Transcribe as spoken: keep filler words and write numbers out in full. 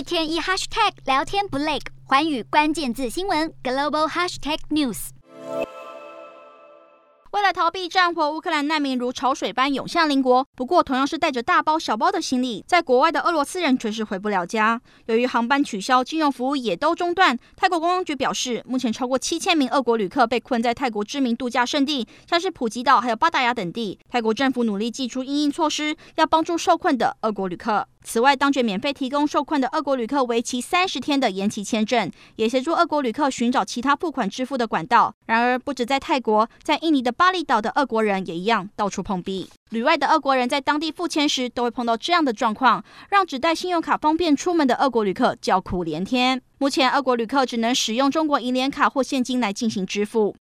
天一 hashtag 聊天不累，寰宇关键字新闻 global hashtag news。 为了逃避战火，乌克兰难民如潮水般涌向邻国。不过，同样是带着大包小包的行李，在国外的俄罗斯人却是回不了家。由于航班取消，金融服务也都中断。泰国观光局表示，目前超过七千名俄国旅客被困在泰国知名度假胜地，像是普吉岛还有巴达雅等地。泰国政府努力祭出因应措施，要帮助受困的俄国旅客。此外，当局免费提供受困的俄国旅客为期三十天的延期签证，也协助俄国旅客寻找其他付款支付的管道。然而，不止在泰国，在印尼的巴厘岛的俄国人也一样到处碰壁。旅外的俄国人在当地付钱时，都会碰到这样的状况，让只带信用卡方便出门的俄国旅客叫苦连天。目前，俄国旅客只能使用中国银联卡或现金来进行支付。